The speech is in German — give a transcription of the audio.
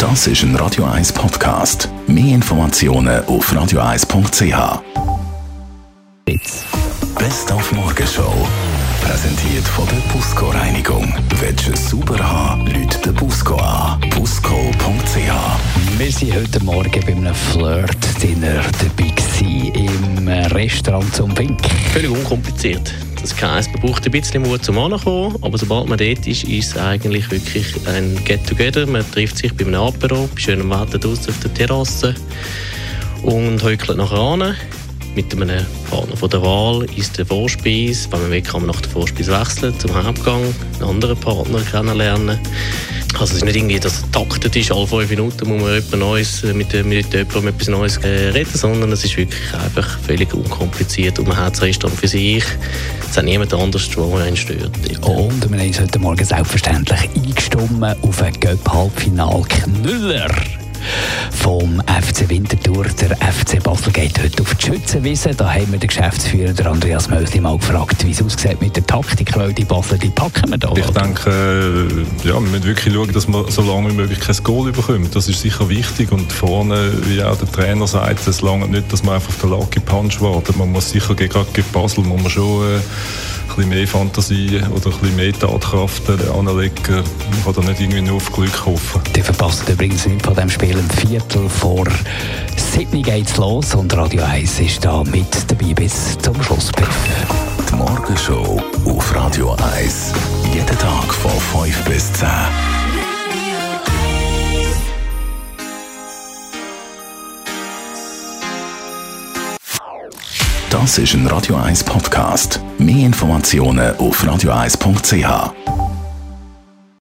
Das ist ein Radio 1 Podcast. Mehr Informationen auf radio1.ch. Best auf Morgenshow. Präsentiert von der Busco Reinigung. Willst du es sauber haben, Leute den Busco an. Busco.ch. Wir waren heute Morgen bei einem Flirt-Dinner dabei im Restaurant zum Fink. Völlig unkompliziert. Das heisst, man braucht ein bisschen Mut zum Ankommen, aber sobald man dort ist es eigentlich wirklich ein Get-Together. Man trifft sich bei einem Apero, bei schönem Wetter draussen auf der Terrasse und hückelt nachher an. Mit einem Partner von der Wahl ist der Vorspeise. Wenn man will, kann man nach der Vorspeise wechseln zum Hauptgang, einen anderen Partner kennenlernen. Also es ist nicht irgendwie, dass es taktet ist, alle 5 Minuten muss man mit jemandem etwas Neues reden, sondern es ist wirklich einfach völlig unkompliziert und man hat das Restaurant für sich. Es hat niemand anderes, der einen stört. Und wir haben uns heute Morgen selbstverständlich eingestimmt auf ein Cup-Halbfinal-Knüller vom FC Winterthur. Der FC Basel geht heute auf die Schützenwiese. Da haben wir den Geschäftsführer, der Andreas Mösli, mal gefragt, wie es aussieht mit der Taktik, weil die Basler, die packen wir da. Ich denke, wir müssen wirklich schauen, dass wir so lange wie möglich kein Goal bekommen. Das ist sicher wichtig und vorne, wie auch der Trainer sagt, es lange nicht, dass man einfach auf den Lucky Punch wartet. Man muss sicher gerade gegen Basel muss man schon ein bisschen mehr Fantasie oder ein bisschen mehr Tatkraft anlegen. Man kann da nicht irgendwie nur auf Glück hoffen. Die verpasst übrigens nicht von diesem Spiel. Um 6:15 geht's los und Radio 1 ist da mit dabei bis zum Schlusspfiff. Die Morgenshow auf Radio 1. Jeden Tag von 5 bis 10. Das ist ein Radio 1 Podcast. Mehr Informationen auf radio1.ch.